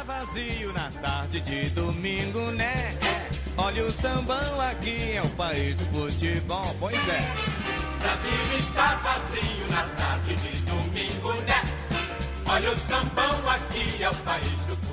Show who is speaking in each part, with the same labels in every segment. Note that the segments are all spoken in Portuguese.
Speaker 1: está vazio na tarde de domingo, né? Olha o sambão aqui, é o país do futebol, pois é.
Speaker 2: Brasil está vazio na tarde de domingo, né? Olha o sambão aqui, é o país do futebol.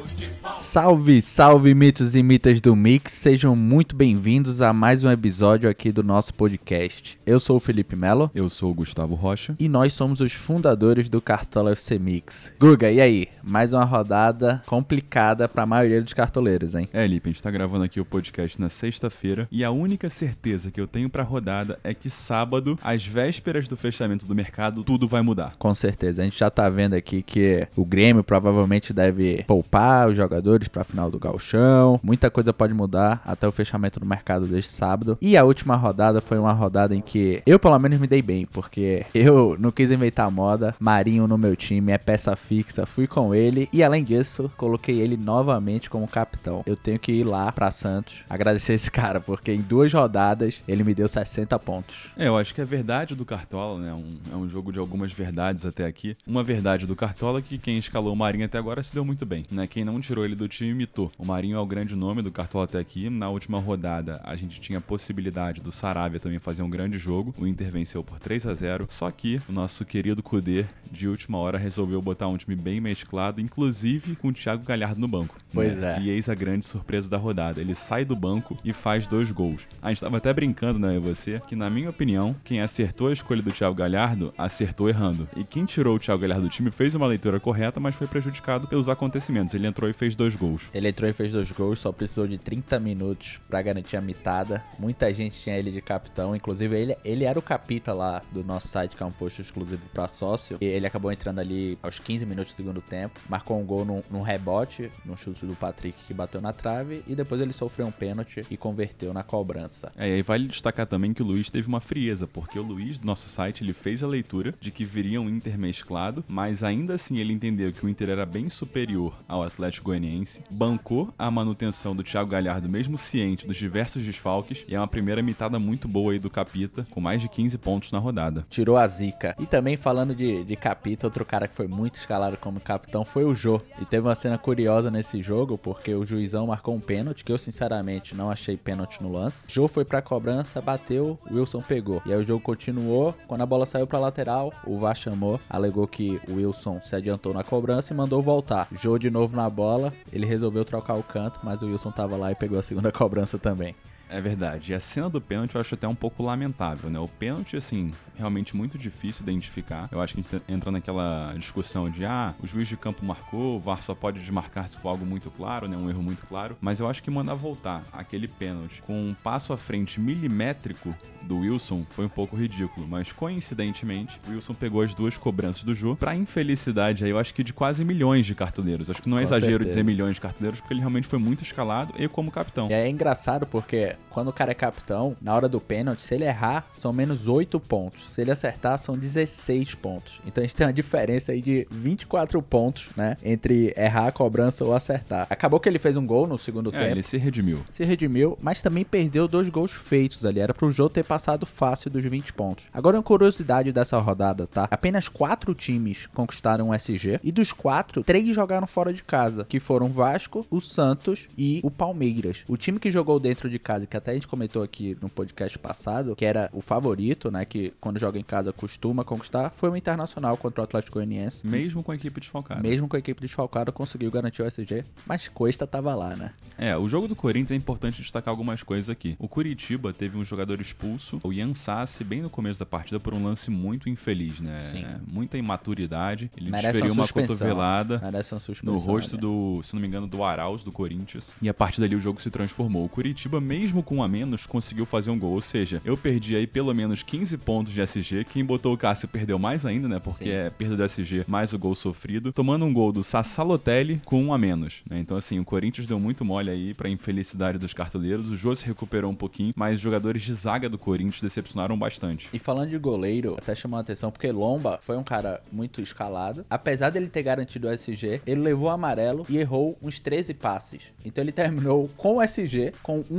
Speaker 3: Salve, salve mitos e mitas do Mix, sejam muito bem-vindos a mais um episódio aqui do nosso podcast. Eu sou o Felipe Melo.
Speaker 4: Eu sou o Gustavo Rocha.
Speaker 3: E nós somos os fundadores do Cartola FC Mix. Guga, e aí? Mais uma rodada complicada pra maioria dos cartoleiros, hein?
Speaker 4: Lipe, a gente tá gravando aqui o podcast na sexta-feira e a única certeza que eu tenho pra rodada é que sábado, às vésperas do fechamento do mercado, tudo vai mudar.
Speaker 3: Com certeza, a gente já tá vendo aqui que o Grêmio provavelmente deve poupar os jogadores pra final do Gauchão. Muita coisa pode mudar até o fechamento do mercado deste sábado. E a última rodada foi uma rodada em que eu pelo menos me dei bem, porque eu não quis inventar moda. Marinho no meu time é peça fixa, fui com ele e além disso, coloquei ele novamente como capitão. Eu tenho que ir lá pra Santos agradecer esse cara, porque em 2 rodadas ele me deu 60 pontos.
Speaker 4: Eu acho que a verdade do Cartola, né, é um jogo de algumas verdades até aqui. Uma verdade do Cartola é que quem escalou o Marinho até agora se deu muito bem, né? Quem não tirou ele do time imitou. O Marinho é o grande nome do Cartola até aqui. Na última rodada, a gente tinha a possibilidade do Saravia também fazer um grande jogo. O Inter venceu por 3-0. Só que o nosso querido Kudê, de última hora, resolveu botar um time bem mesclado, inclusive com o Thiago Galhardo no banco.
Speaker 3: Pois
Speaker 4: né?
Speaker 3: é.
Speaker 4: E eis a grande surpresa da rodada. Ele sai do banco e faz 2 gols. A gente tava até brincando, né, você, que na minha opinião, quem acertou a escolha do Thiago Galhardo, acertou errando. E quem tirou o Thiago Galhardo do time fez uma leitura correta, mas foi prejudicado pelos acontecimentos. Ele entrou e fez 2 gols.
Speaker 3: Ele entrou e fez 2 gols, só precisou de 30 minutos pra garantir a mitada. Muita gente tinha ele de capitão, inclusive ele era o capita lá do nosso site, que é um post exclusivo pra sócio. E ele acabou entrando ali aos 15 minutos do segundo tempo, marcou um gol num rebote, num chute do Patrick que bateu na trave, e depois ele sofreu um pênalti e converteu na cobrança.
Speaker 4: E aí vale destacar também que o Luiz teve uma frieza, porque o Luiz do nosso site, ele fez a leitura de que viria um Inter mesclado, mas ainda assim ele entendeu que o Inter era bem superior ao Atlético Goianiense, bancou a manutenção do Thiago Galhardo mesmo ciente dos diversos desfalques, e é uma primeira mitada muito boa aí do Capita, com mais de 15 pontos na rodada.
Speaker 3: Tirou a zica. E também falando de Capita, outro cara que foi muito escalado como capitão foi o Jô. E teve uma cena curiosa nesse jogo, porque o juizão marcou um pênalti, que eu sinceramente não achei pênalti no lance. Jô foi pra cobrança, bateu, Wilson pegou. E aí o jogo continuou, quando a bola saiu pra lateral, o VAR chamou, alegou que o Wilson se adiantou na cobrança e mandou voltar. Jô de novo na bola, ele resolveu trocar o canto, mas o Wilson tava lá e pegou a segunda cobrança também.
Speaker 4: É verdade. E a cena do pênalti eu acho até um pouco lamentável, né? O pênalti, assim, realmente muito difícil de identificar. Eu acho que a gente entra naquela discussão de, o juiz de campo marcou, o VAR só pode desmarcar se for algo muito claro, né? Um erro muito claro. Mas eu acho que mandar voltar aquele pênalti com um passo à frente milimétrico do Wilson foi um pouco ridículo. Mas, coincidentemente, o Wilson pegou as 2 cobranças do jogo. Pra infelicidade aí, eu acho que de quase milhões de cartoleiros. Acho que não é exagero dizer milhões de cartoleiros, porque ele realmente foi muito escalado e como capitão.
Speaker 3: E é engraçado porque quando o cara é capitão, na hora do pênalti, se ele errar, são menos 8 pontos. Se ele acertar, são 16 pontos. Então a gente tem uma diferença aí de 24 pontos, né? Entre errar a cobrança ou acertar. Acabou que ele fez um gol no segundo tempo.
Speaker 4: Ele se redimiu.
Speaker 3: Se redimiu, mas também perdeu 2 gols feitos ali. Era pro Jô ter passado fácil dos 20 pontos. Agora uma curiosidade dessa rodada, tá? Apenas 4 times conquistaram o SG. E dos 4, 3 jogaram fora de casa. Que foram o Vasco, o Santos e o Palmeiras. O time que jogou dentro de casa, que até a gente comentou aqui no podcast passado, que era o favorito, né, que quando joga em casa costuma conquistar, foi o Internacional contra o Atlético Goianiense.
Speaker 4: Mesmo com a equipe desfalcada.
Speaker 3: Mesmo com a equipe desfalcada, conseguiu garantir o SG, mas Cuesta tava lá, né?
Speaker 4: O jogo do Corinthians é importante destacar algumas coisas aqui. O Curitiba teve um jogador expulso, o Ian Sassi, bem no começo da partida, por um lance muito infeliz, né?
Speaker 3: Sim.
Speaker 4: Muita imaturidade. Ele
Speaker 3: Merece
Speaker 4: desferiu uma
Speaker 3: suspensão.
Speaker 4: cotovelada
Speaker 3: Merece uma suspensão,
Speaker 4: no rosto
Speaker 3: né?
Speaker 4: do, se não me engano, do Arauz, do Corinthians. E a partir dali o jogo se transformou. O Curitiba, mesmo com a menos, conseguiu fazer um gol. Ou seja, eu perdi aí pelo menos 15 pontos de SG. Quem botou o Cássio perdeu mais ainda, né? Porque
Speaker 3: Sim.
Speaker 4: é perda do SG mais o gol sofrido. Tomando um gol do Sassalotelli com 1 a menos, né? Então, assim, o Corinthians deu muito mole aí pra infelicidade dos cartoleiros. O Jô se recuperou um pouquinho, mas os jogadores de zaga do Corinthians decepcionaram bastante.
Speaker 3: E falando de goleiro, até chamou a atenção porque Lomba foi um cara muito escalado. Apesar dele ter garantido o SG, ele levou amarelo e errou uns 13 passes. Então ele terminou com o SG com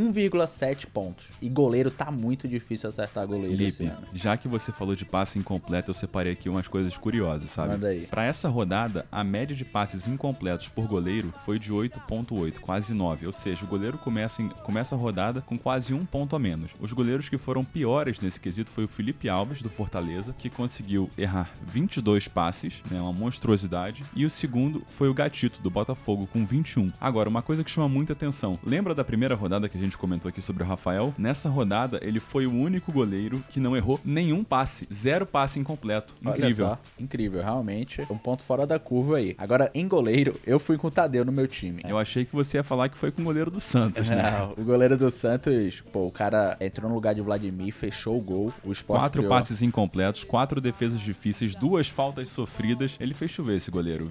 Speaker 3: 2,7 pontos. E goleiro tá muito difícil acertar goleiro esse
Speaker 4: Lipe,
Speaker 3: ano.
Speaker 4: já que você falou de passe incompleto, eu separei aqui umas coisas curiosas, sabe?
Speaker 3: Manda aí.
Speaker 4: Pra essa rodada, a média de passes incompletos por goleiro foi de 8,8, quase 9. Ou seja, o goleiro começa a rodada com quase 1 ponto a menos. Os goleiros que foram piores nesse quesito foi o Felipe Alves, do Fortaleza, que conseguiu errar 22 passes, né, uma monstruosidade. E o segundo foi o Gatito, do Botafogo, com 21. Agora, uma coisa que chama muita atenção. Lembra da primeira rodada que a gente comentou aqui sobre o Rafael? Nessa rodada, ele foi o único goleiro que não errou nenhum passe. 0 passe incompleto. Incrível.
Speaker 3: Olha só, incrível, realmente. Um ponto fora da curva aí. Agora, em goleiro, eu fui com o Tadeu no meu time.
Speaker 4: Eu achei que você ia falar que foi com o goleiro do Santos, né?
Speaker 3: Não, o goleiro do Santos, pô, o cara entrou no lugar de Vladimir, fechou o gol. O Sport
Speaker 4: 4
Speaker 3: criou...
Speaker 4: passes incompletos, 4 defesas difíceis, 2 faltas sofridas. Ele fez chover esse goleiro.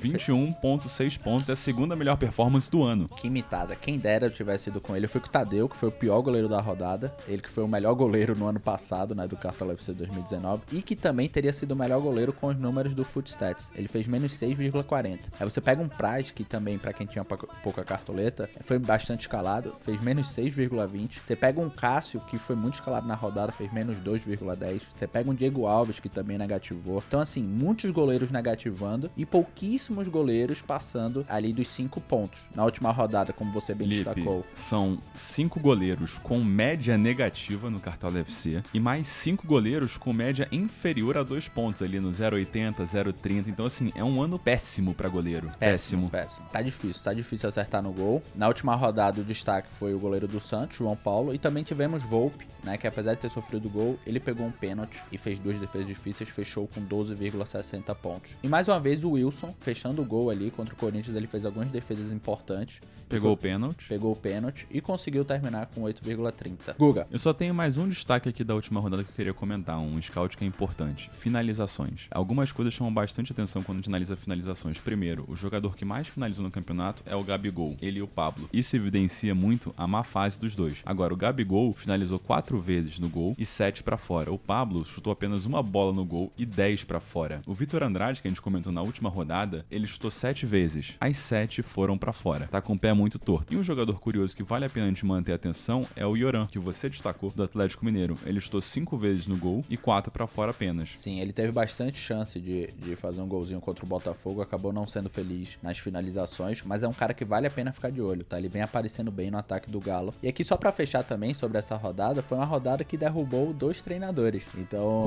Speaker 4: 21,6 pontos, é a segunda melhor performance do ano.
Speaker 3: Que imitada. Quem dera eu tivesse ido com ele. Eu fui com o Tadeu, que foi o pior goleiro da rodada. Ele que foi o melhor goleiro no ano passado, né, do Cartola FC 2019. E que também teria sido o melhor goleiro com os números do Footstats. Ele fez menos 6,40. Aí você pega um Praz, que também, pra quem tinha pouca cartoleta, foi bastante escalado, fez menos 6,20. Você pega um Cássio, que foi muito escalado na rodada, fez menos 2,10. Você pega um Diego Alves, que também negativou. Então, assim, muitos goleiros negativando e pouquíssimos goleiros passando ali dos 5 pontos. Na última rodada, como você bem destacou.
Speaker 4: São 5 goleiros com média negativa no Cartola FC e mais 5 goleiros com média inferior a 2 pontos ali no 0,80, 0,30. Então, assim, é um ano péssimo pra goleiro. Péssimo.
Speaker 3: Tá difícil acertar no gol. Na última rodada, o destaque foi o goleiro do Santos, João Paulo, e também tivemos Volpe, né, que apesar de ter sofrido gol, ele pegou um pênalti e fez 2 defesas difíceis, fechou com 12,60 pontos. E mais uma vez o Wilson, fechando o gol ali contra o Corinthians, ele fez algumas defesas importantes.
Speaker 4: Pegou o pênalti
Speaker 3: E conseguiu terminar com 8,30. Guga.
Speaker 4: Eu só tenho mais um destaque aqui da última rodada que eu queria comentar, um scout que é importante. Finalizações. Algumas coisas chamam bastante atenção quando a gente analisa finalizações. Primeiro, o jogador que mais finalizou no campeonato é o Gabigol, ele e o Pablo. Isso evidencia muito a má fase dos dois. Agora, o Gabigol finalizou 4 vezes no gol e 7 pra fora. O Pablo chutou apenas uma bola no gol e 10 pra fora. O Vitor Andrade, que a gente comentou na última rodada, ele chutou 7 vezes. As 7 foram pra fora. Tá com o pé muito torto. E um jogador curioso que vale a pena a gente manter a atenção é o Yoran, que você destacou, do Atlético Mineiro. Ele chutou 5 vezes no gol e 4 pra fora apenas.
Speaker 3: Sim, ele teve bastante chance de fazer um golzinho contra o Botafogo, acabou não sendo feliz nas finalizações, mas é um cara que vale a pena ficar de olho, tá? Ele vem aparecendo bem no ataque do Galo. E aqui, só pra fechar também sobre essa rodada, foi uma rodada que derrubou 2 treinadores. Então...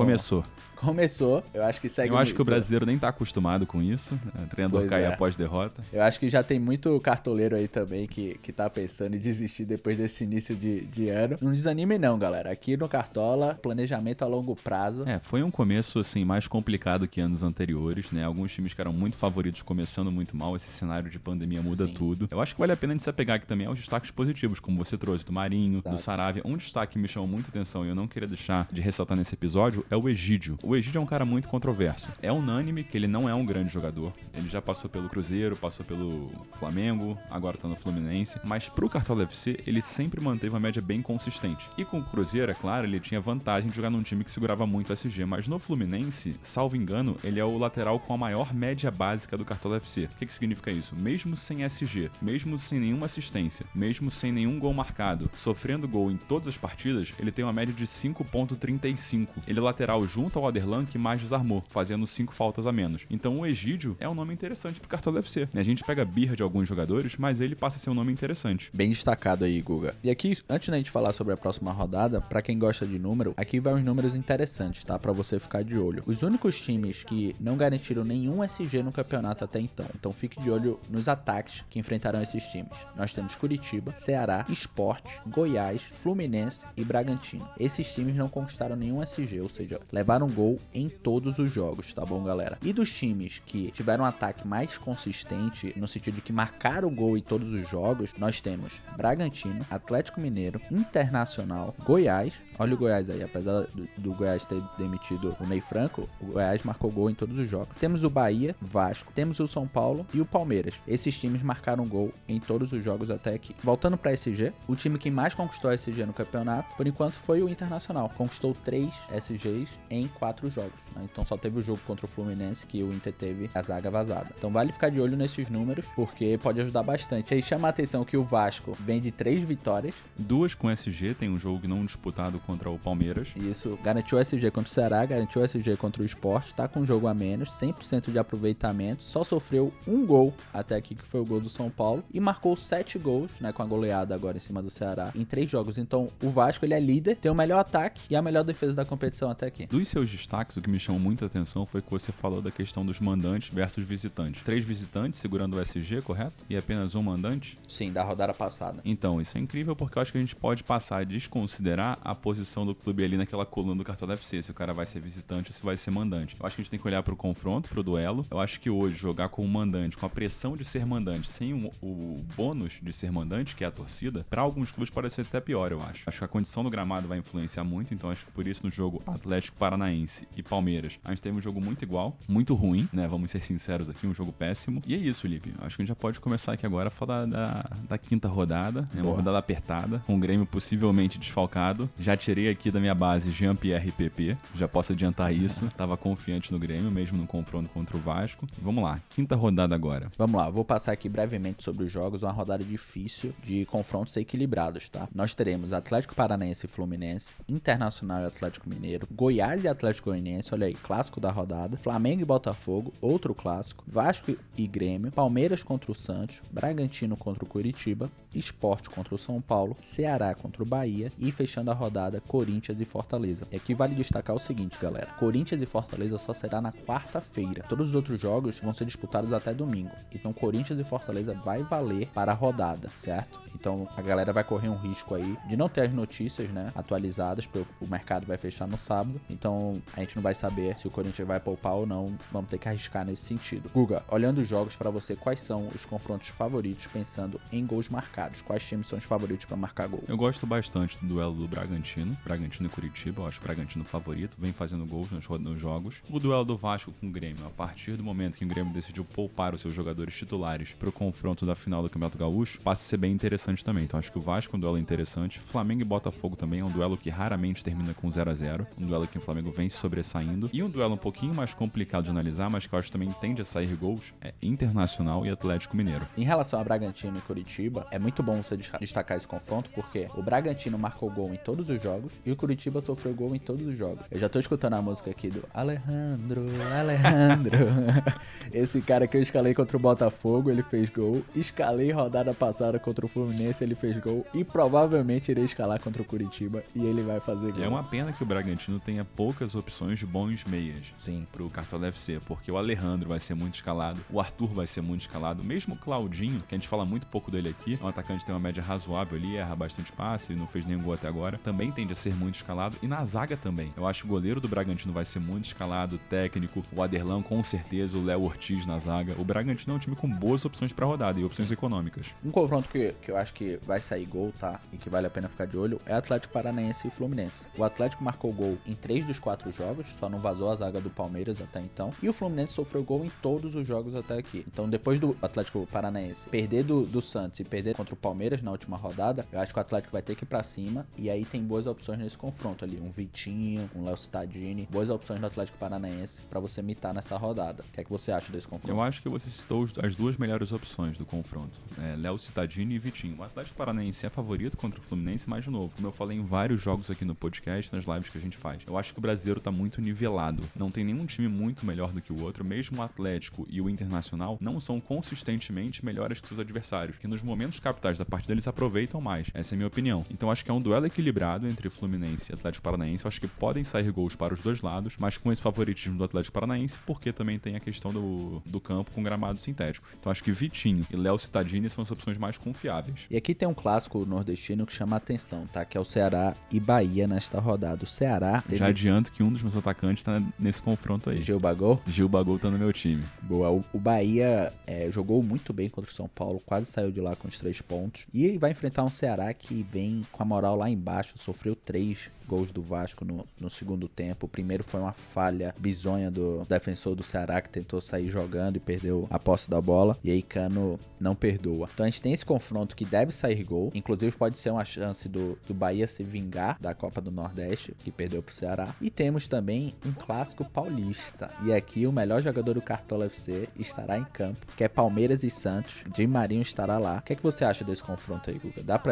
Speaker 3: Começou, eu acho que segue...
Speaker 4: Eu acho que o brasileiro nem tá acostumado com isso, né? Treinador cair após derrota.
Speaker 3: Eu acho que já tem muito cartoleiro aí também que tá pensando em desistir depois desse início de ano. Não desanime não, galera. Aqui no Cartola, planejamento a longo prazo.
Speaker 4: Foi um começo, assim, mais complicado que anos anteriores, né? Alguns times que eram muito favoritos começando muito mal. Esse cenário de pandemia muda tudo. Eu acho que vale a pena a gente se apegar aqui também aos destaques positivos, como você trouxe, do Marinho, do Saravia. Um destaque que me chamou muita atenção e eu não queria deixar de ressaltar nesse episódio é o Egídio. O Egídio é um cara muito controverso. É unânime que ele não é um grande jogador. Ele já passou pelo Cruzeiro, passou pelo Flamengo, agora tá no Fluminense. Mas pro Cartola FC, ele sempre manteve uma média bem consistente. E com o Cruzeiro, é claro, ele tinha vantagem de jogar num time que segurava muito o SG. Mas no Fluminense, salvo engano, ele é o lateral com a maior média básica do Cartola FC. O que significa isso? Mesmo sem SG, mesmo sem nenhuma assistência, mesmo sem nenhum gol marcado, sofrendo gol em todas as partidas, ele tem uma média de 5,35. Ele é lateral junto ao Aderlan que mais desarmou, fazendo 5 faltas a menos. Então o Egídio é um nome interessante pro Cartola FC. A gente pega a birra de alguns jogadores, mas ele passa a ser um nome interessante.
Speaker 3: Bem destacado aí, Guga. E aqui, antes da gente falar sobre a próxima rodada, pra quem gosta de número, aqui vai uns números interessantes, tá? Pra você ficar de olho. Os únicos times que não garantiram nenhum SG no campeonato até então. Então fique de olho nos ataques que enfrentarão esses times. Nós temos Curitiba, Ceará, Sport, Goiás, Fluminense e Bragantino. Esses times não conquistaram nenhum SG, ou seja, levaram gol em todos os jogos, tá bom, galera? E dos times que tiveram um ataque mais consistente, no sentido de que marcaram gol em todos os jogos, nós temos Bragantino, Atlético Mineiro, Internacional, Goiás. Olha o Goiás aí, apesar do Goiás ter demitido o Ney Franco, o Goiás marcou gol em todos os jogos. Temos o Bahia, Vasco, temos o São Paulo e o Palmeiras. Esses times marcaram gol em todos os jogos até aqui. Voltando para SG, o time que mais conquistou SG no campeonato, por enquanto, foi o Internacional. Conquistou 3 SGs em 4 jogos, né? Então só teve o jogo contra o Fluminense que o Inter teve a zaga vazada. Então vale ficar de olho nesses números, porque pode ajudar bastante. Aí chama a atenção que o Vasco vem de 3 vitórias
Speaker 4: 2 com SG, tem um jogo não disputado contra o Palmeiras.
Speaker 3: Isso, garantiu o SG contra o Ceará, garantiu o SG contra o Sport, tá com um jogo a menos, 100% de aproveitamento, só sofreu um gol até aqui, que foi o gol do São Paulo, e marcou 7 gols, né, com a goleada agora em cima do Ceará, em 3 jogos. Então, o Vasco, ele é líder, tem o melhor ataque e a melhor defesa da competição até aqui.
Speaker 4: Dos seus destaques, o que me chamou muita atenção foi que você falou da questão dos mandantes versus visitantes. 3 visitantes segurando o SG, correto? E apenas um mandante?
Speaker 3: Sim, da rodada passada.
Speaker 4: Então, isso é incrível porque eu acho que a gente pode passar a desconsiderar a posição do clube ali naquela coluna do Cartola FC, se o cara vai ser visitante ou se vai ser mandante. Eu acho que a gente tem que olhar pro confronto, pro duelo. Eu acho que hoje jogar com o mandante, com a pressão de ser mandante, sem o bônus de ser mandante, que é a torcida, pra alguns clubes pode ser até pior, eu acho. Acho que a condição do gramado vai influenciar muito, então acho que por isso no jogo Atlético Paranaense e Palmeiras, a gente teve um jogo muito igual, muito ruim, né? Vamos ser sinceros aqui, um jogo péssimo. E é isso, Felipe. Acho que a gente já pode começar aqui agora a falar da quinta rodada, né? Uma rodada apertada, com o Grêmio possivelmente desfalcado. Já tirei aqui da minha base Jean-Pierre e PP, já posso adiantar isso. Tava confiante no Grêmio, mesmo no confronto contra o Vasco. Vamos lá, quinta rodada agora.
Speaker 3: Vamos lá, vou passar aqui brevemente sobre os jogos, uma rodada difícil de confrontos equilibrados, tá? Nós teremos Atlético Paranaense e Fluminense, Internacional e Atlético Mineiro, Goiás e Atlético Goianiense, olha aí, clássico da rodada, Flamengo e Botafogo, outro clássico, Vasco e Grêmio, Palmeiras contra o Santos, Bragantino contra o Curitiba, Sport contra o São Paulo, Ceará contra o Bahia e fechando a rodada, Corinthians e Fortaleza. E aqui vale destacar o seguinte, galera, Corinthians e Fortaleza só será na quarta-feira, todos os outros jogos vão ser disputados até domingo, então Corinthians e Fortaleza vai valer para a rodada, certo? Então a galera vai correr um risco aí de não ter as notícias, né, atualizadas, porque o mercado vai fechar no sábado, então a gente não vai saber se o Corinthians vai poupar ou não, vamos ter que arriscar nesse sentido. Guga, olhando os jogos para você, quais são os confrontos favoritos pensando em gols marcados? Quais times são os favoritos para marcar gol?
Speaker 4: Eu gosto bastante do duelo do Bragantino e Curitiba, eu acho o Bragantino favorito, vem fazendo gols nos jogos. O duelo do Vasco com o Grêmio, a partir do momento que o Grêmio decidiu poupar os seus jogadores titulares para o confronto da final do Campeonato Gaúcho, passa a ser bem interessante também. Então acho que o Vasco é um duelo interessante. Flamengo e Botafogo também é um duelo que raramente termina com 0-0, um duelo que o Flamengo vem se sobressaindo. E um duelo um pouquinho mais complicado de analisar, mas que eu acho que também tende a sair gols, é Internacional e Atlético Mineiro.
Speaker 3: Em relação a Bragantino e Curitiba, é muito bom você destacar esse confronto, porque o Bragantino marcou gol em todos os jogos e o Curitiba sofreu gol em todos os jogos. Eu já tô escutando a música aqui do Alejandro. Esse cara que eu escalei contra o Botafogo, ele fez gol. Escalei rodada passada contra o Fluminense, ele fez gol. E provavelmente irei escalar contra o Curitiba e ele vai fazer gol.
Speaker 4: É uma pena que o Bragantino tenha poucas opções de bons meias.
Speaker 3: Sim.
Speaker 4: Pro Cartola FC, porque o Alejandro vai ser muito escalado, o Arthur vai ser muito escalado, mesmo o Claudinho, que a gente fala muito pouco dele aqui, é um atacante que tem uma média razoável ali, erra bastante passe, não fez nenhum gol até agora, também tende a ser muito escalado, e na zaga também. Eu acho que o goleiro do Bragantino vai ser muito escalado, técnico, o Aderlan com certeza, o Léo Ortiz na zaga. O Bragantino é um time com boas opções pra rodada e opções econômicas.
Speaker 3: Um confronto que eu acho que vai sair gol, tá? E que vale a pena ficar de olho é Atlético Paranaense e Fluminense. O Atlético marcou gol em 3 dos 4 jogos, só não vazou a zaga do Palmeiras até então. E o Fluminense sofreu gol em todos os jogos até aqui. Então, depois do Atlético Paranaense perder do Santos e perder contra o Palmeiras na última rodada, eu acho que o Atlético vai ter que ir pra cima. E aí tem boas opções nesse confronto ali. Um Vitinho, um Léo Cittadini. Boas opções do Atlético Paranaense pra você mitar nessa rodada. O que é que você acha desse confronto?
Speaker 4: Eu acho que você citou as duas melhores opções do confronto. Léo Cittadini e Vitinho. O Atlético Paranaense é favorito contra o Fluminense, mas de novo, como eu falei em vários jogos aqui no podcast, nas lives que a gente faz, eu acho que o brasileiro tá muito nivelado. Não tem nenhum time muito melhor do que o outro. Mesmo o Atlético e o Internacional não são consistentemente melhores que seus adversários, que nos momentos capitais da partida eles aproveitam mais. Essa é a minha opinião. Então acho que é um duelo equilibrado entre Fluminense e Atlético Paranaense. Eu acho que podem sair gols para os dois lados, mas com esse favoritismo do Atlético Paranaense, porque também tem a questão do campo com gramado sintético. Então acho que Vitinho e Léo Cittadini são as opções mais confiáveis.
Speaker 3: E aqui tem um clássico nordestino que chama a atenção, tá? Que é o Ceará e Bahia nesta rodada. O Ceará...
Speaker 4: Já adianto que um dos meus atacantes tá nesse confronto aí.
Speaker 3: Gil Bagol?
Speaker 4: Gil Bagol tá no meu time.
Speaker 3: Boa. O Bahia jogou muito bem contra o São Paulo, quase saiu de lá com os 3 pontos. E vai enfrentar um Ceará que vem com a moral lá embaixo, sofreu 3 gols do Vasco no segundo tempo. O primeiro foi uma falha bizonha do defensor do Ceará, que tentou sair jogando e perdeu a posse da bola. E aí Cano não perdoa. Então a gente tem esse confronto que deve sair gol. Inclusive pode ser uma chance do Bahia se vingar da Copa do Nordeste, que perdeu pro Ceará. E temos também um clássico paulista. E aqui o melhor jogador do Cartola FC estará em campo, que é Palmeiras e Santos. Di Marinho estará lá. O que é que você acha desse confronto aí, Guga? Dá pra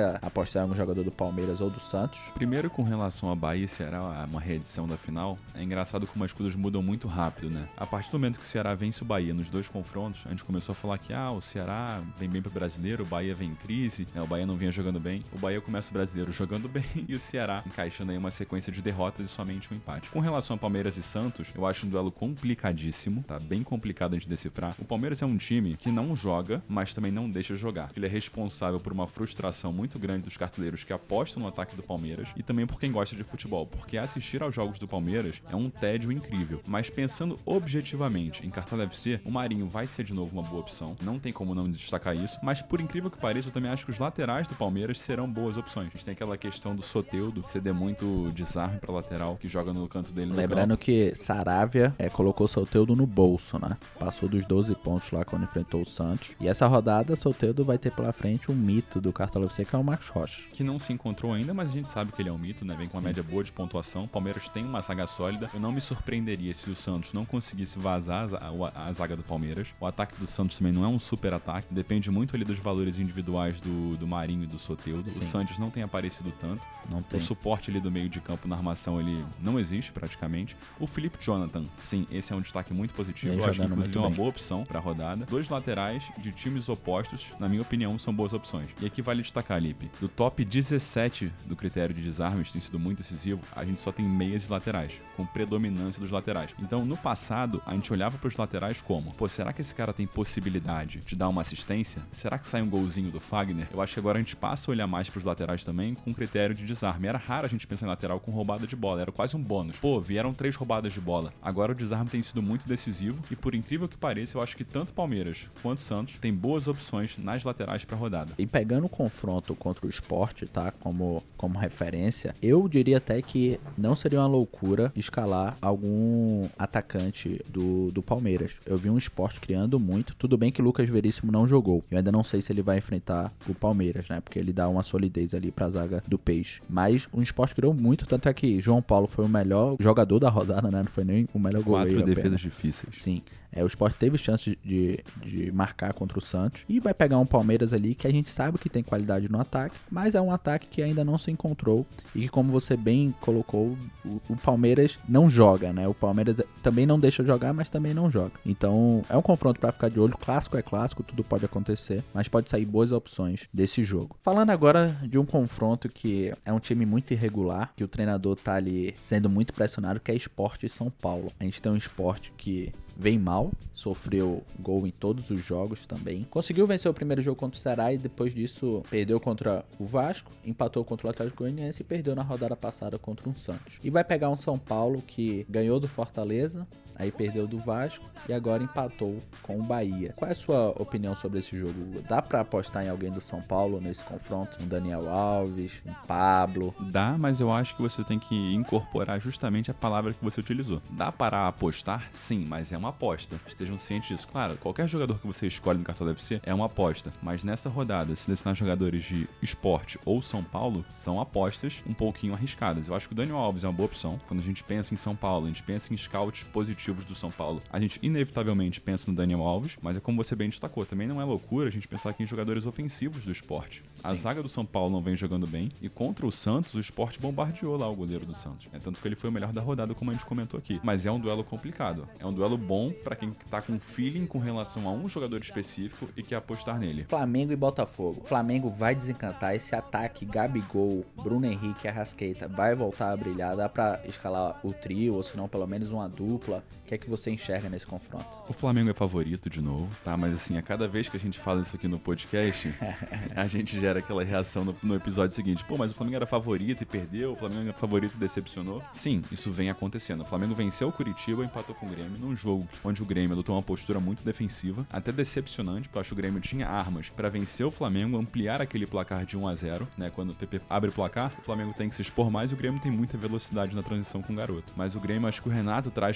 Speaker 3: ainda apostar em algum jogador do Palmeiras ou do Santos?
Speaker 4: Primeiro, com relação a Bahia e Ceará, uma reedição da final, é engraçado como as coisas mudam muito rápido, né? A partir do momento que o Ceará vence o Bahia nos 2 confrontos, a gente começou a falar que o Ceará vem bem pro brasileiro, o Bahia vem em crise, né? O Bahia não vinha jogando bem, o Bahia começa o brasileiro jogando bem e o Ceará encaixando aí uma sequência de derrotas e somente um empate. Com relação a Palmeiras e Santos, eu acho um duelo complicadíssimo, tá? Bem complicado de decifrar. O Palmeiras é um time que não joga, mas também não deixa jogar. Ele é responsável por uma frustração muito grande dos cartoleiros que apostam no ataque do Palmeiras e também por quem gosta de futebol, porque assistir aos jogos do Palmeiras é um tédio incrível. Mas pensando objetivamente em Cartola FC, o Marinho vai ser de novo uma boa opção, não tem como não destacar isso, mas por incrível que pareça, eu também acho que os laterais do Palmeiras serão boas opções. A gente tem aquela questão do Soteldo ceder muito desarme pra lateral, que joga no canto dele no
Speaker 3: Lembrando
Speaker 4: campo.
Speaker 3: que Saravia colocou Soteldo no bolso, né? Passou dos 12 pontos lá quando enfrentou o Santos. E essa rodada, Soteldo vai ter pela frente um mito do Cartola FC, que é o Marcos Rocha.
Speaker 4: Que não se encontrou ainda, mas a gente sabe que ele é um mito, né? Vem com uma média boa de pontuação. O Palmeiras tem uma zaga sólida. Eu não me surpreenderia se o Santos não conseguisse vazar a zaga do Palmeiras. O ataque do Santos também não é um super ataque. Depende muito ali dos valores individuais do Marinho e do Soteldo. O Santos não tem aparecido tanto.
Speaker 3: Não tem.
Speaker 4: O suporte ali do meio de campo na armação ele não existe praticamente. O Felipe Jonathan, sim, esse é um destaque muito positivo. Eu acho que inclusive é uma boa opção pra rodada. 2 laterais de times opostos, na minha opinião, são boas opções. E aqui vale destacar, Lipe, do top 17 do critério de desarmes, tem sido muito decisivo, a gente só tem meias e laterais, com predominância dos laterais. Então, no passado, a gente olhava pros laterais como, será que esse cara tem possibilidade de dar uma assistência? Será que sai um golzinho do Fagner? Eu acho que agora a gente passa a olhar mais pros laterais também com critério de desarme. Era raro a gente pensar em lateral com roubada de bola, era quase um bônus. Vieram 3 roubadas de bola. Agora o desarme tem sido muito decisivo e, por incrível que pareça, eu acho que tanto Palmeiras quanto Santos tem boas opções nas laterais pra rodada.
Speaker 3: E pegando o confronto contra o Sport, tá? Como referência, eu diria até que não seria uma loucura escalar algum atacante do Palmeiras. Eu vi um Sport criando muito. Tudo bem que Lucas Veríssimo não jogou. Eu ainda não sei se ele vai enfrentar o Palmeiras, né? Porque ele dá uma solidez ali pra zaga do Peixe. Mas o Sport criou muito, tanto é que João Paulo foi o melhor jogador da rodada, né? Não foi nem o melhor goleiro.
Speaker 4: 4 defesas difíceis.
Speaker 3: Sim. O Sport teve chance de marcar contra o Santos e vai pegar um Palmeiras ali que a gente sabe que tem qualidade no ataque, mas é um ataque que ainda não se encontrou e que, como você bem colocou, o Palmeiras não joga, né? O Palmeiras também não deixa jogar, mas também não joga. Então é um confronto para ficar de olho. Clássico é clássico, tudo pode acontecer, mas pode sair boas opções desse jogo. Falando agora de um confronto que é um time muito irregular, que o treinador tá ali sendo muito pressionado, que é Sport e São Paulo. A gente tem um Sport que vem mal, sofreu gol em todos os jogos também. Conseguiu vencer o primeiro jogo contra o Ceará e depois disso perdeu contra o Vasco, empatou contra o Atlético Goianiense e perdeu na rodada passada contra o Santos. E vai pegar um São Paulo que ganhou do Fortaleza, aí perdeu do Vasco e agora empatou com o Bahia. Qual é a sua opinião sobre esse jogo? Dá pra apostar em alguém do São Paulo nesse confronto? Um Daniel Alves, um Pablo?
Speaker 4: Dá, mas eu acho que você tem que incorporar justamente a palavra que você utilizou. Dá para apostar? Sim, mas é uma aposta. Estejam cientes disso. Claro, qualquer jogador que você escolhe no Cartola FC é uma aposta, mas nessa rodada, selecionar jogadores de Sport ou São Paulo são apostas um pouquinho arriscadas. Eu acho que o Daniel Alves é uma boa opção. Quando a gente pensa em São Paulo, a gente pensa em scouts positivos do São Paulo. A gente inevitavelmente pensa no Daniel Alves, mas é como você bem destacou, também não é loucura a gente pensar aqui em jogadores ofensivos do Sport. A zaga do São Paulo não vem jogando bem e contra o Santos, o Sport bombardeou lá o goleiro do Santos. Tanto que ele foi o melhor da rodada, como a gente comentou aqui. Mas é um duelo complicado. É um duelo bom pra quem tá com feeling com relação a um jogador específico e quer apostar nele.
Speaker 3: Flamengo e Botafogo. Flamengo vai desencantar esse ataque. Gabigol, Bruno Henrique e Arrascaeta vai voltar a brilhar. Dá pra escalar o trio, ou se não, pelo menos uma dupla. O que é que você enxerga nesse confronto?
Speaker 4: O Flamengo é favorito de novo, tá? Mas assim, a cada vez que a gente fala isso aqui no podcast, a gente gera aquela reação no episódio seguinte. Mas o Flamengo era favorito e perdeu, o Flamengo era favorito e decepcionou. Sim, isso vem acontecendo. O Flamengo venceu o Curitiba e empatou com o Grêmio num jogo onde o Grêmio adotou uma postura muito defensiva, até decepcionante, porque eu acho que o Grêmio tinha armas pra vencer o Flamengo, ampliar aquele placar de 1-0, né? Quando o PP abre o placar, o Flamengo tem que se expor mais e o Grêmio tem muita velocidade na transição com o garoto. Mas o Grêmio, acho que o Renato traz consigo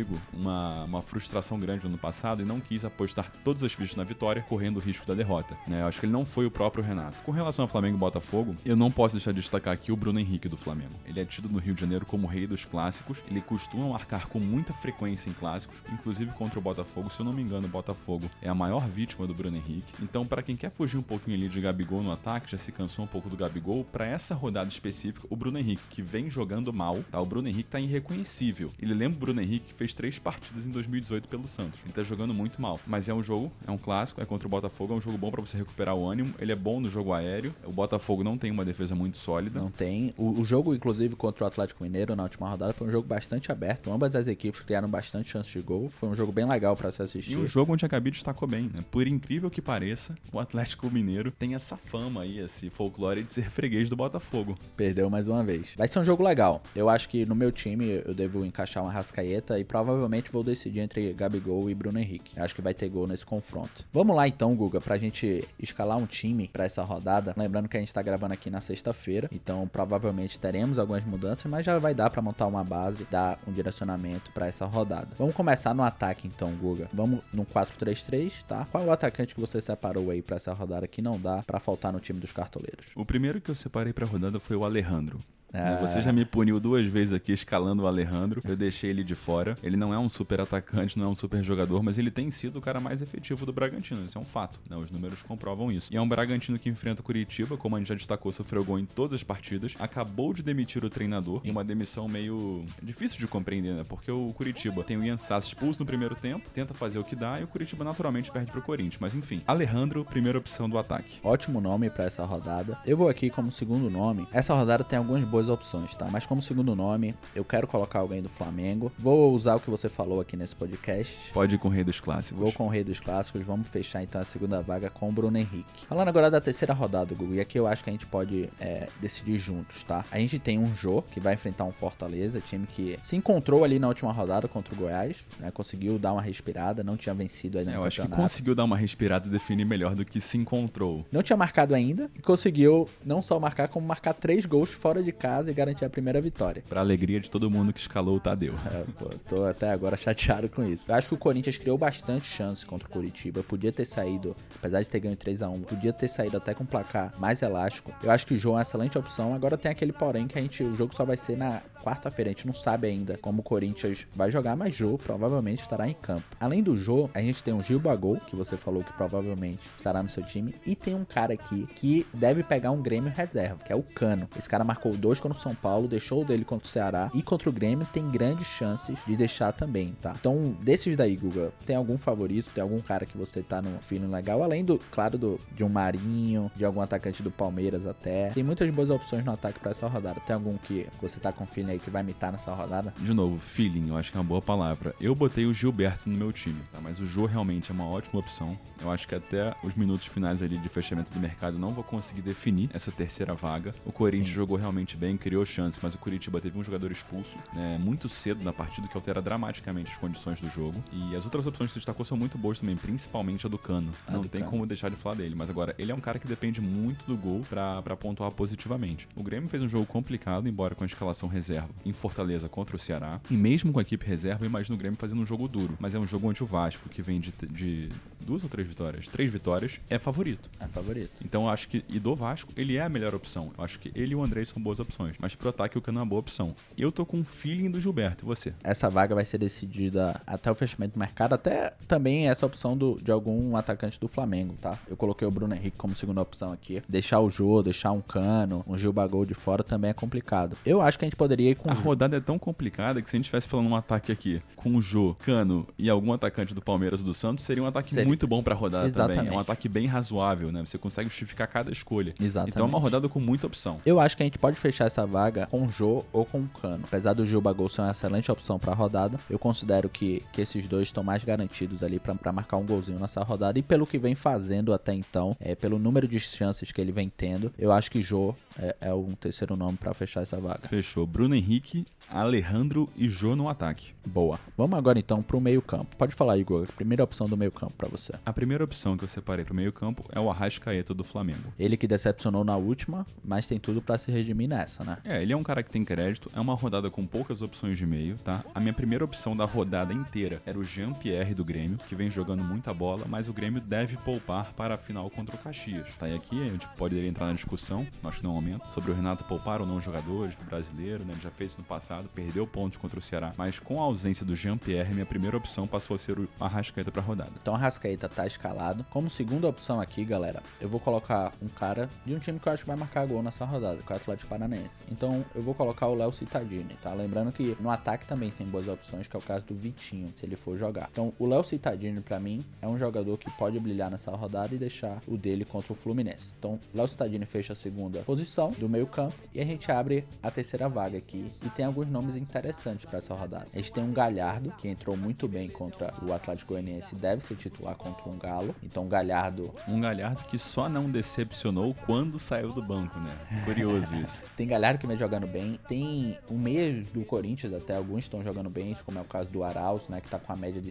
Speaker 4: Figo uma frustração grande no ano passado e não quis apostar todas as fichas na vitória, correndo o risco da derrota, né? Eu acho que ele não foi o próprio Renato. Com relação ao Flamengo e Botafogo, eu não posso deixar de destacar aqui o Bruno Henrique do Flamengo. Ele é tido no Rio de Janeiro como o rei dos clássicos, ele costuma marcar com muita frequência em clássicos, inclusive contra o Botafogo. Se eu não me engano, o Botafogo é a maior vítima do Bruno Henrique. Então, para quem quer fugir um pouquinho ali de Gabigol no ataque, já se cansou um pouco do Gabigol, para essa rodada específica, o Bruno Henrique, que vem jogando mal, tá? O Bruno Henrique tá irreconhecível. Ele lembra o Bruno Henrique que fez 3 partidas em 2018 pelo Santos. Ele tá jogando muito mal. Mas é um jogo, é um clássico, é contra o Botafogo, é um jogo bom para você recuperar o ânimo. Ele é bom no jogo aéreo. O Botafogo não tem uma defesa muito sólida.
Speaker 3: Não tem. O jogo, inclusive, contra o Atlético Mineiro na última rodada foi um jogo bastante aberto. Ambas as equipes criaram bastante chance de gol. Foi um jogo bem legal para se assistir.
Speaker 4: E um jogo onde a Gabi destacou bem, né? Por incrível que pareça, o Atlético Mineiro tem essa fama aí, esse folclore de ser freguês do Botafogo.
Speaker 3: Perdeu mais uma vez. Vai ser um jogo legal. Eu acho que no meu time eu devo encaixar uma Arrascaeta e provavelmente vou decidir entre Gabigol e Bruno Henrique. Acho que vai ter gol nesse confronto. Vamos lá então, Guga, pra gente escalar um time pra essa rodada. Lembrando que a gente tá gravando aqui na sexta-feira, então provavelmente teremos algumas mudanças, mas já vai dar pra montar uma base, dar um direcionamento pra essa rodada. Vamos começar no ataque então, Guga. Vamos no 4-3-3, tá? Qual é o atacante que você separou aí pra essa rodada que não dá pra faltar no time dos cartoleiros?
Speaker 4: O primeiro que eu separei pra rodada foi o Alejandro. Você já me puniu 2 vezes aqui escalando o Alejandro, eu deixei ele de fora. Ele não é um super atacante, não é um super jogador, mas ele tem sido o cara mais efetivo do Bragantino, isso é um fato, né? Os números comprovam isso. E é um Bragantino que enfrenta o Curitiba, como a gente já destacou, sofreu gol em todas as partidas, acabou de demitir o treinador, em uma demissão meio difícil de compreender, né? Porque o Curitiba tem o Ian Sassi expulso no primeiro tempo, tenta fazer o que dá e o Curitiba naturalmente perde pro Corinthians, mas enfim. Alejandro, primeira opção do ataque.
Speaker 3: Ótimo nome pra essa rodada. Eu vou aqui como segundo nome. Essa rodada tem algumas boas opções, tá? Mas como segundo nome, eu quero colocar alguém do Flamengo. Vou usar o que você falou aqui nesse podcast.
Speaker 4: Pode ir com o Rei dos Clássicos.
Speaker 3: Vou com o Rei dos Clássicos. Vamos fechar então a segunda vaga com o Bruno Henrique. Falando agora da terceira rodada, Gugu, e aqui eu acho que a gente pode decidir juntos, tá? A gente tem um Jô, que vai enfrentar um Fortaleza, time que se encontrou ali na última rodada contra o Goiás, né? Conseguiu dar uma respirada, não tinha vencido ainda no
Speaker 4: campeonato. Eu acho que conseguiu dar uma respirada e definir melhor do que se encontrou.
Speaker 3: Não tinha marcado ainda e conseguiu não só marcar, como marcar 3 gols fora de casa e garantir a primeira vitória.
Speaker 4: Pra alegria de todo mundo que escalou o Tadeu.
Speaker 3: Tô até agora chateado com isso. Eu acho que o Corinthians criou bastante chance contra o Curitiba. Podia ter saído, apesar de ter ganho 3-1, podia ter saído até com um placar mais elástico. Eu acho que o Jô é uma excelente opção. Agora tem aquele porém que o jogo só vai ser na quarta-feira. A gente não sabe ainda como o Corinthians vai jogar, mas Jô provavelmente estará em campo. Além do Jô, a gente tem o Gil Bagol, que você falou que provavelmente estará no seu time. E tem um cara aqui que deve pegar um Grêmio reserva, que é o Cano. Esse cara marcou 2 contra o São Paulo, deixou o dele contra o Ceará e contra o Grêmio tem grandes chances de deixar também, tá? Então, desses daí, Guga, tem algum favorito? Tem algum cara que você tá no feeling legal? Além do, claro, de um Marinho, de algum atacante do Palmeiras até. Tem muitas boas opções no ataque pra essa rodada. Tem algum que você tá com feeling aí que vai mitar nessa rodada?
Speaker 4: De novo, feeling, eu acho que é uma boa palavra. Eu botei o Gilberto no meu time, tá? Mas o Jô realmente é uma ótima opção. Eu acho que até os minutos finais ali de fechamento do mercado não vou conseguir definir essa terceira vaga. O Corinthians jogou realmente bem, criou chance, mas o Curitiba teve um jogador expulso, né, muito cedo na partida, que altera dramaticamente as condições do jogo. E as outras opções que você destacou são muito boas também, principalmente a do Cano. Não tem como deixar de falar dele, mas agora, ele é um cara que depende muito do gol pra pontuar positivamente. O Grêmio fez um jogo complicado, embora com a escalação reserva, em Fortaleza contra o Ceará. E mesmo com a equipe reserva, eu imagino o Grêmio fazendo um jogo duro. Mas é um jogo onde o Vasco, que vem de 2 ou 3 vitórias? 3 vitórias, é favorito.
Speaker 3: É favorito.
Speaker 4: Então eu acho que, e do Vasco, ele é a melhor opção. Eu acho que ele e o Andrei são boas opções. Mas pro ataque, o Cano é uma boa opção. Eu tô com um feeling do Gilberto, e você?
Speaker 3: Essa vaga vai ser decidida até o fechamento do mercado, até também essa opção de algum atacante do Flamengo, tá? Eu coloquei o Bruno Henrique como segunda opção aqui. Deixar o Jô, deixar um Cano, um Gil Bagol de fora também é complicado. Eu acho que a gente poderia ir com
Speaker 4: a rodada é tão complicada que se a gente estivesse falando um ataque aqui com o Jô, Cano e algum atacante do Palmeiras ou do Santos, seria um ataque muito bom pra rodada. Exatamente. Também. É um ataque bem razoável, né? Você consegue justificar cada escolha.
Speaker 3: Exatamente.
Speaker 4: Então é uma rodada com muita opção.
Speaker 3: Eu acho que a gente pode fechar essa vaga com o Jô ou com o Cano. Apesar do Gil Bagol ser uma excelente opção pra rodada, eu considero que esses dois estão mais garantidos ali pra marcar um golzinho nessa rodada. E pelo que vem fazendo até então, pelo número de chances que ele vem tendo, eu acho que Jô é um terceiro nome pra fechar essa vaga.
Speaker 4: Fechou. Bruno Henrique, Alejandro e Jô no ataque.
Speaker 3: Boa. Vamos agora então pro meio campo. Pode falar, Igor. Primeira opção do meio campo pra você.
Speaker 4: A primeira opção que eu separei pro meio campo é o Arrascaeta do Flamengo.
Speaker 3: Ele que decepcionou na última, mas tem tudo pra se redimir nessa. promessa, né?
Speaker 4: Ele é um cara que tem crédito, é uma rodada com poucas opções de meio, tá? A minha primeira opção da rodada inteira era o Jean-Pierre do Grêmio, que vem jogando muita bola, mas o Grêmio deve poupar para a final contra o Caxias, tá? E aqui a gente poderia entrar na discussão, acho que não aumenta, sobre o Renato poupar ou não jogadores pro brasileiro, né? Ele já fez isso no passado, perdeu pontos contra o Ceará, mas com a ausência do Jean-Pierre, minha primeira opção passou a ser o Arrascaeta pra rodada.
Speaker 3: Então o Arrascaeta tá escalado. Como segunda opção aqui, galera, eu vou colocar um cara de um time que eu acho que vai marcar gol nessa rodada, que é o Atlético Paranaense. Então eu vou colocar o Léo Cittadini, tá? Lembrando que no ataque também tem boas opções, que é o caso do Vitinho, se ele for jogar. Então o Léo Cittadini, pra mim, é um jogador que pode brilhar nessa rodada e deixar o dele contra o Fluminense. Então o Léo Cittadini fecha a segunda posição do meio campo e a gente abre a terceira vaga aqui. E tem alguns nomes interessantes pra essa rodada. A gente tem um Galhardo, que entrou muito bem contra o Atlético Goianiense, deve ser titular contra um Galo. Então Galhardo...
Speaker 4: Um Galhardo que só não decepcionou quando saiu do banco, né? Curioso isso.
Speaker 3: Tem Galhardo que vem jogando bem. Tem um meia do Corinthians, até alguns estão jogando bem, como é o caso do Arauz, né? Que tá com a média de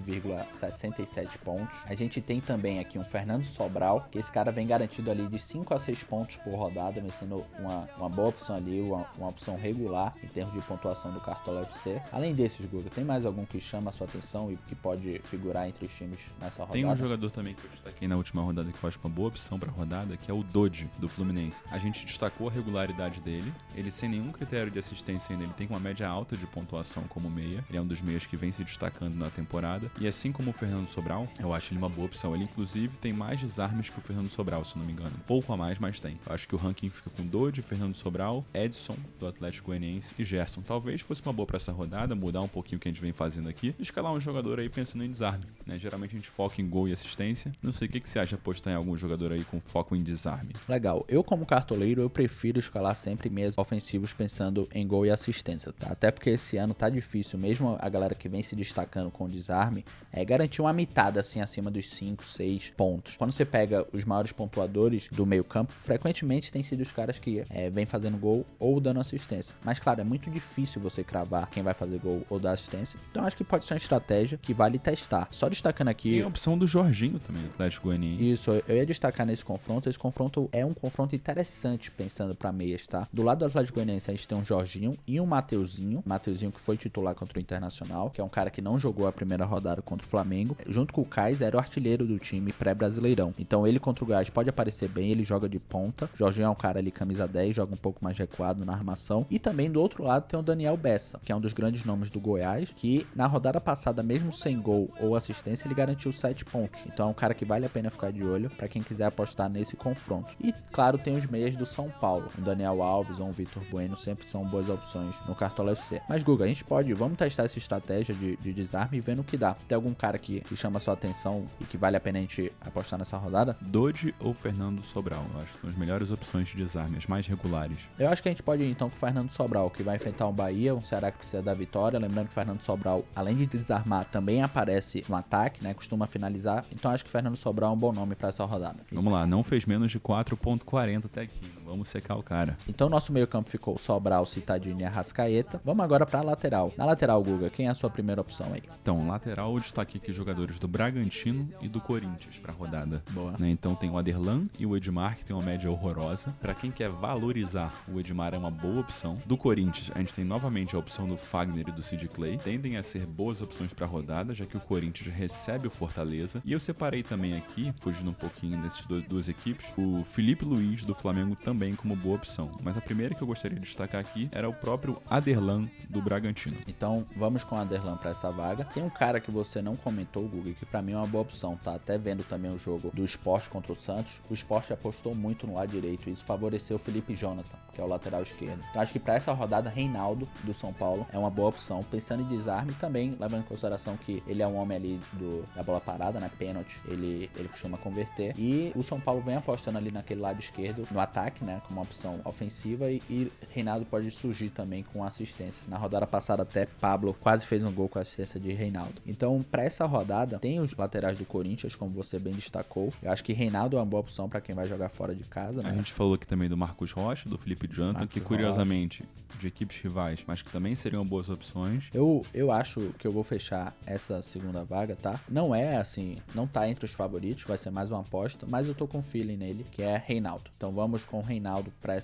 Speaker 3: 7,67 pontos. A gente tem também aqui um Fernando Sobral, que esse cara vem garantido ali de 5 a 6 pontos por rodada, vem sendo uma boa opção ali, uma opção regular em termos de pontuação do Cartola FC. Além desses, Guga, tem mais algum que chama a sua atenção e que pode figurar entre os times nessa rodada?
Speaker 4: Tem um jogador também que eu destaquei na última rodada que eu acho uma boa opção pra rodada, que é o Dodge, do Fluminense. A gente destacou a regularidade dele, ele sem nenhum critério de assistência ainda, ele tem uma média alta de pontuação como meia, ele é um dos meias que vem se destacando na temporada, e assim como o Fernando Sobral, eu acho ele uma boa opção. Ele inclusive tem mais desarmes que o Fernando Sobral, se não me engano. Pouco a mais, mas tem. Eu acho que o ranking fica com Dodge, Fernando Sobral, Edson, do Atlético Goianiense, e Gerson. Talvez fosse uma boa pra essa rodada, mudar um pouquinho o que a gente vem fazendo aqui, e escalar um jogador aí pensando em desarme, né? Geralmente a gente foca em gol e assistência. Não sei o que você acha de apostar em algum jogador aí com foco em desarme.
Speaker 3: Legal. Eu, como cartoleiro, eu prefiro escalar sempre meias ofensivos pensando em gol e assistência, tá? Até porque esse ano tá difícil, mesmo a galera que vem se destacando com desarme, garantir uma mitada assim acima dos 5, 6 pontos. Quando você pega os maiores pontuadores do meio campo, frequentemente tem sido os caras que vem fazendo gol ou dando assistência. Mas claro, é muito difícil você cravar quem vai fazer gol ou dar assistência. Então acho que pode ser uma estratégia que vale testar. Só destacando aqui...
Speaker 4: Tem a opção do Jorginho também, do Atlético Goianiense.
Speaker 3: Isso, eu ia destacar nesse confronto. Esse confronto é um confronto interessante pensando pra meias, tá? Do lado do Atlético Goianiense a gente tem um Jorginho e um Mateuzinho. Mateuzinho que foi titular contra o Internacional, que é um cara que não jogou a primeira rodada contra o Flamengo. Junto com o Kais, era o artilheiro do time pré-brasileirão. Então ele contra o Goiás pode aparecer bem, ele joga de ponta. Jorginho é um cara ali camisa 10, joga um pouco mais recuado na armação. E também do outro lado tem o Daniel Bessa, que é um dos grandes nomes do Goiás, que na rodada passada, mesmo sem gol ou assistência, ele garantiu 7 pontos. Então é um cara que vale a pena ficar de olho pra quem quiser apostar nesse confronto. E claro, tem os meias do São Paulo. O Daniel Alves ou o Vitor Bueno sempre são boas opções no Cartola FC. Mas Guga, a gente vamos testar essa estratégia de desarme e vendo o que dá. Tem algum cara que chama a sua atenção e que vale a pena a gente apostar nessa rodada?
Speaker 4: Dodge ou Fernando Sobral? Eu acho que são as melhores opções de desarme, as mais regulares.
Speaker 3: Eu acho que a gente pode ir então com o Fernando Sobral, que vai enfrentar o Bahia, um Ceará que precisa da vitória. Lembrando que o Fernando Sobral, além de desarmar, também aparece no ataque, né? Costuma finalizar. Então acho que o Fernando Sobral é um bom nome pra essa rodada.
Speaker 4: Vamos lá, não fez menos de 4,40 até aqui. Vamos secar o cara.
Speaker 3: Então nosso meio campo ficou Sobral, Cittadini e Arrascaeta. Vamos agora pra lateral. Na lateral, Guga, quem é a sua primeira opção aí?
Speaker 4: Então, lateral, eu destaquei aqui jogadores do Bragantino e do Corinthians pra rodada.
Speaker 3: Boa.
Speaker 4: Né? Então tem o Aderlan e o Edmar, que tem uma média horrorosa. Pra quem quer valorizar, o Edmar é uma boa opção. Do Corinthians, a gente tem novamente a opção do Fagner e do Sid Clay. Tendem a ser boas opções pra rodada, já que o Corinthians recebe o Fortaleza. E eu separei também aqui, fugindo um pouquinho dessas duas equipes, o Felipe Luiz do Flamengo também como boa opção. Mas a primeira que eu gostaria de destacar aqui era o próprio Aderlan do Bragantino.
Speaker 3: Então vamos com o Aderlan pra essa vaga. Tem um cara que você não comentou, Guga, que pra mim é uma boa opção, tá? Até vendo também o jogo do Sport contra o Santos, o Sport apostou muito no lado direito e isso favoreceu o Felipe Jonathan, que é o lateral esquerdo. Então acho que pra essa rodada, Reinaldo do São Paulo é uma boa opção, pensando em desarme também, levando em consideração que ele é um homem ali da bola parada, né? Pênalti, ele costuma converter. E o São Paulo vem apostando ali naquele lado esquerdo, no ataque, né? Como uma opção ofensiva e Reinaldo pode surgir também com assistência. Na rodada passada até Pablo quase fez um gol com a assistência de Reinaldo. Então, para essa rodada, tem os laterais do Corinthians, como você bem destacou. Eu acho que Reinaldo é uma boa opção para quem vai jogar fora de casa, né?
Speaker 4: A gente falou aqui também do Marcos Rocha, do Felipe Jonathan, que curiosamente, de equipes rivais, mas que também seriam boas opções.
Speaker 3: Eu acho que eu vou fechar essa segunda vaga, tá? Não é assim, não tá entre os favoritos, vai ser mais uma aposta, mas eu tô com um feeling nele, que é Reinaldo. Então vamos com o Reinaldo para essa rodada.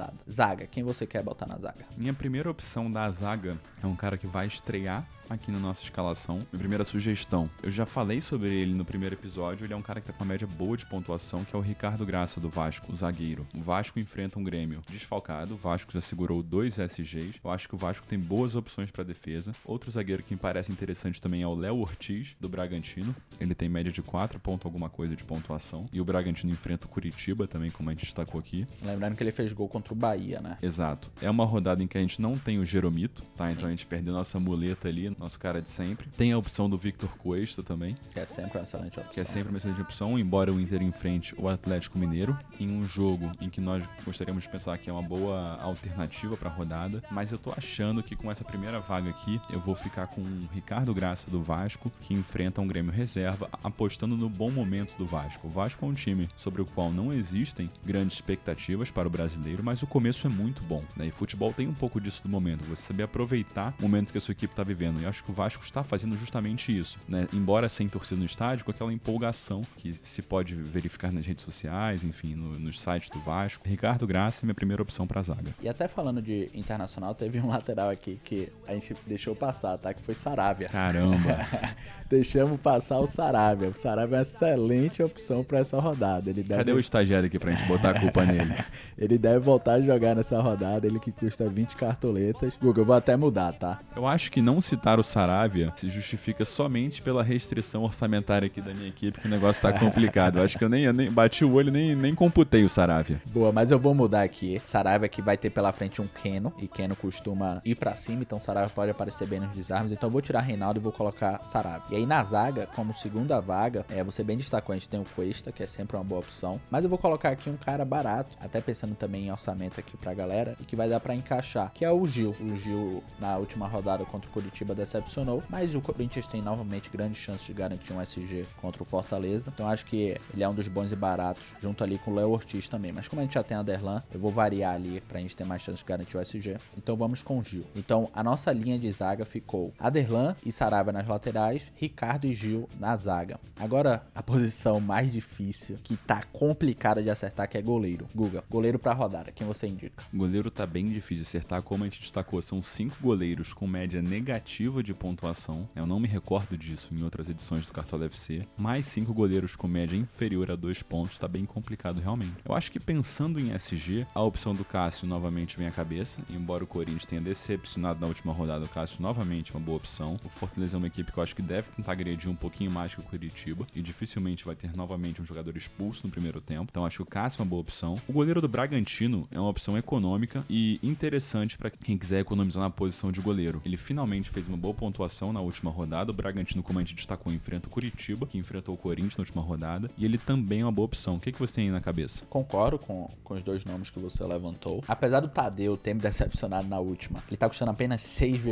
Speaker 3: rodada. Zaga, quem você quer botar na zaga?
Speaker 4: Minha primeira opção da zaga é um cara que vai estrear aqui na nossa escalação. Minha primeira sugestão, eu já falei sobre ele no primeiro episódio, ele é um cara que tá com uma média boa de pontuação, que é o Ricardo Graça, do Vasco, o zagueiro. O Vasco enfrenta um Grêmio desfalcado, o Vasco já segurou 2 SGs, eu acho que o Vasco tem boas opções pra defesa. Outro zagueiro que me parece interessante também é o Léo Ortiz, do Bragantino, ele tem média de 4 ponto alguma coisa de pontuação, e o Bragantino enfrenta o Curitiba também, como a gente destacou aqui.
Speaker 3: Lembrando que ele fez gol contra o Bahia, né?
Speaker 4: Exato. É uma rodada em que a gente não tem o Jeromito, tá? Então a gente perdeu nossa muleta ali, nosso cara de sempre. Tem a opção do Victor Cuesta também,
Speaker 3: Que é sempre uma excelente opção.
Speaker 4: que é sempre uma excelente opção, embora o Inter enfrente o Atlético Mineiro, em um jogo em que nós gostaríamos de pensar que é uma boa alternativa pra rodada, mas eu tô achando que com essa primeira vaga aqui, eu vou ficar com o Ricardo Graça, do Vasco, que enfrenta um Grêmio reserva, apostando no bom momento do Vasco. O Vasco é um time sobre o qual não existem grandes expectativas para o brasileiro, mas o começo é muito bom, né? E futebol tem um pouco disso do momento, você saber aproveitar o momento que a sua equipe tá vivendo, e eu acho que o Vasco está fazendo justamente isso, né? Embora sem torcida no estádio, com aquela empolgação que se pode verificar nas redes sociais, enfim, nos sites do Vasco. Ricardo Graça é minha primeira opção pra zaga.
Speaker 3: E até falando de internacional, teve um lateral aqui que a gente deixou passar, tá? Que foi Saravia.
Speaker 4: Caramba!
Speaker 3: Deixamos passar o Saravia. O Saravia é uma excelente opção pra essa rodada. Ele deve...
Speaker 4: Cadê o estagiário aqui pra gente botar a culpa nele?
Speaker 3: Ele deve voltar a jogar nessa rodada, ele que custa 20 cartoletas. Google, eu vou até mudar, tá?
Speaker 4: Eu acho que não citar o Saravia se justifica somente pela restrição orçamentária aqui da minha equipe, que o negócio tá complicado. Eu acho que eu nem bati o olho e nem computei o Saravia.
Speaker 3: Boa, mas eu vou mudar aqui. Saravia que vai ter pela frente um Keno, e Keno costuma ir pra cima, então Saravia pode aparecer bem nos desarmes. Então eu vou tirar Reinaldo e vou colocar Saravia. E aí na zaga, como segunda vaga, você bem destacou, a gente tem o Cuesta, que é sempre uma boa opção. Mas eu vou colocar aqui um cara barato, até pensando também em orçamento aqui pra galera, e que vai dar pra encaixar, que é o Gil. O Gil, na última rodada contra o Curitiba, decepcionou, mas o Corinthians tem novamente grandes chances de garantir um SG contra o Fortaleza. Então acho que ele é um dos bons e baratos, junto ali com o Léo Ortiz também. Mas como a gente já tem a Aderlan, eu vou variar ali pra gente ter mais chances de garantir o SG. Então vamos com o Gil. Então a nossa linha de zaga ficou Aderlan e Saravia nas laterais, Ricardo e Gil na zaga. Agora a posição mais difícil, que tá complicada de acertar, que é goleiro. Guga, goleiro pra rodada, quem você indica?
Speaker 4: O goleiro tá bem difícil de acertar, como a gente destacou, são 5 goleiros com média negativa de pontuação. Eu não me recordo disso em outras edições do Cartola FC. Mais 5 goleiros com média inferior a 2 pontos, tá bem complicado realmente. Eu acho que pensando em SG, a opção do Cássio novamente vem à cabeça. Embora o Corinthians tenha decepcionado na última rodada, o Cássio novamente é uma boa opção. O Fortaleza é uma equipe que eu acho que deve tentar agredir um pouquinho mais que o Curitiba, e dificilmente vai ter novamente um jogador expulso no primeiro tempo. Então acho que o Cássio é uma boa opção. O goleiro do Bragantino é uma opção econômica e interessante para quem quiser economizar na posição de goleiro. Ele finalmente fez uma boa pontuação na última rodada. O Bragantino, como a gente destacou, enfrenta o Curitiba, que enfrentou o Corinthians na última rodada, e ele também é uma boa opção. O que você tem aí na cabeça?
Speaker 3: Concordo com os dois nomes que você levantou. Apesar do Tadeu ter me decepcionado na última, ele tá custando apenas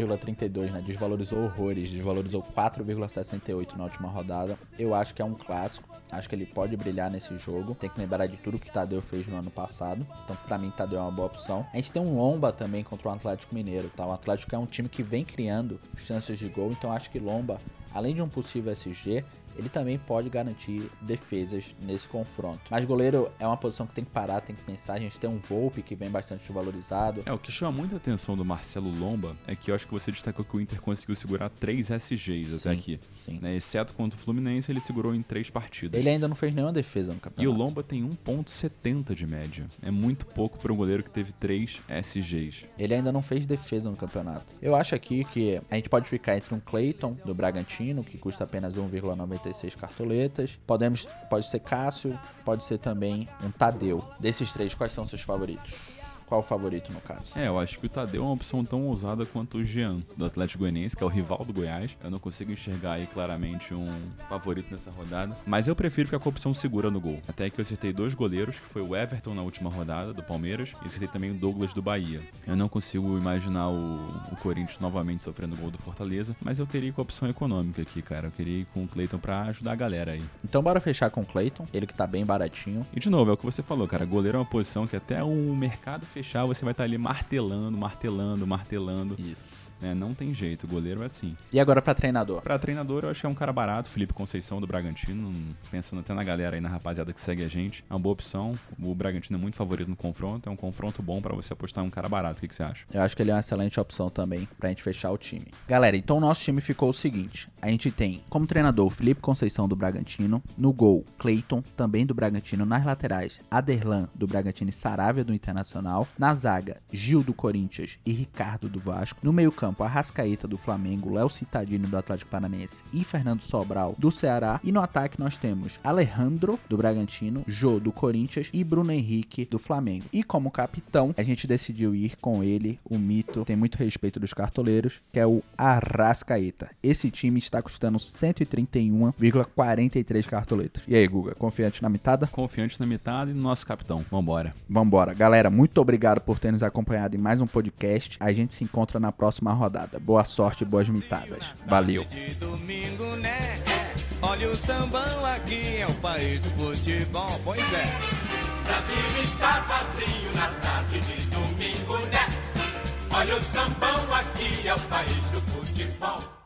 Speaker 3: 6,32, né? Desvalorizou horrores, desvalorizou 4,68 na última rodada. Eu acho que é um clássico. Acho que ele pode brilhar nesse jogo. Tem que lembrar de tudo que Tadeu fez no ano passado. Então, pra mim, Tadeu é uma boa opção. A gente tem um Lomba também contra o Atlético Mineiro, tá? O Atlético é um time que vem criando chances de gol. Então, acho que Lomba, além de um possível SG, ele também pode garantir defesas nesse confronto. Mas goleiro é uma posição que tem que parar, tem que pensar. A gente tem um Volpe que vem bastante valorizado.
Speaker 4: O que chama muita atenção do Marcelo Lomba é que eu acho que você destacou que o Inter conseguiu segurar 3 SGs até aqui.
Speaker 3: Sim.
Speaker 4: Né? Exceto contra o Fluminense, ele segurou em 3 partidas.
Speaker 3: Ele ainda não fez nenhuma defesa no campeonato.
Speaker 4: E o Lomba tem 1,70 de média. É muito pouco para um goleiro que teve 3 SGs.
Speaker 3: Ele ainda não fez defesa no campeonato. Eu acho aqui que a gente pode ficar entre um Cleiton, do Bragantino, que custa apenas 1,96 cartoletas. Pode ser Cássio, pode ser também um Tadeu. Desses 3, quais são seus favoritos? Qual o favorito no caso?
Speaker 4: Eu acho que o Tadeu é uma opção tão ousada quanto o Jean, do Atlético Goianiense, que é o rival do Goiás. Eu não consigo enxergar aí claramente um favorito nessa rodada, mas eu prefiro ficar com a opção segura no gol. Até que eu acertei 2 goleiros, que foi o Everton na última rodada, do Palmeiras, e acertei também o Douglas do Bahia. Eu não consigo imaginar o Corinthians novamente sofrendo gol do Fortaleza, mas eu queria ir com a opção econômica aqui, cara. Eu queria ir com o Cleiton pra ajudar a galera aí.
Speaker 3: Então bora fechar com o Cleiton, ele que tá bem baratinho.
Speaker 4: E de novo, é o que você falou, cara. Goleiro é uma posição que até o mercado fechar, você vai estar ali martelando.
Speaker 3: Isso.
Speaker 4: né? Não tem jeito, o goleiro é assim.
Speaker 3: E agora pra treinador?
Speaker 4: Pra treinador, eu acho que é um cara barato, Felipe Conceição do Bragantino, pensando até na galera aí, na rapaziada que segue a gente, é uma boa opção. O Bragantino é muito favorito no confronto, é um confronto bom pra você apostar em um cara barato. O que você acha?
Speaker 3: Eu acho que ele é uma excelente opção também pra gente fechar o time. Galera, então o nosso time ficou o seguinte, a gente tem como treinador o Felipe Conceição do Bragantino, no gol Cleiton, também do Bragantino, nas laterais Aderlan do Bragantino e Saravia do Internacional, na zaga Gil do Corinthians e Ricardo do Vasco, no meio campo Arrascaeta do Flamengo, Léo Cittadini do Atlético Paranaense e Fernando Sobral do Ceará, e no ataque nós temos Alejandro do Bragantino, Jô do Corinthians e Bruno Henrique do Flamengo. E como capitão, a gente decidiu ir com ele, o mito, tem muito respeito dos cartoleiros, que é o Arrascaeta. Esse time está custando 131,43 cartoletas. E aí, Guga, confiante na mitada?
Speaker 4: Confiante na mitada e no nosso capitão. Vambora.
Speaker 3: Vambora. Galera, muito obrigado por ter nos acompanhado em mais um podcast. A gente se encontra na próxima rodada. Boa sorte e boas mitadas. Valeu.
Speaker 1: De domingo, né? Olha o sambão aqui, é o país do futebol, pois é.
Speaker 2: Brasil está vazio na tarde de domingo, né? Olha o sambão aqui, é o país do futebol.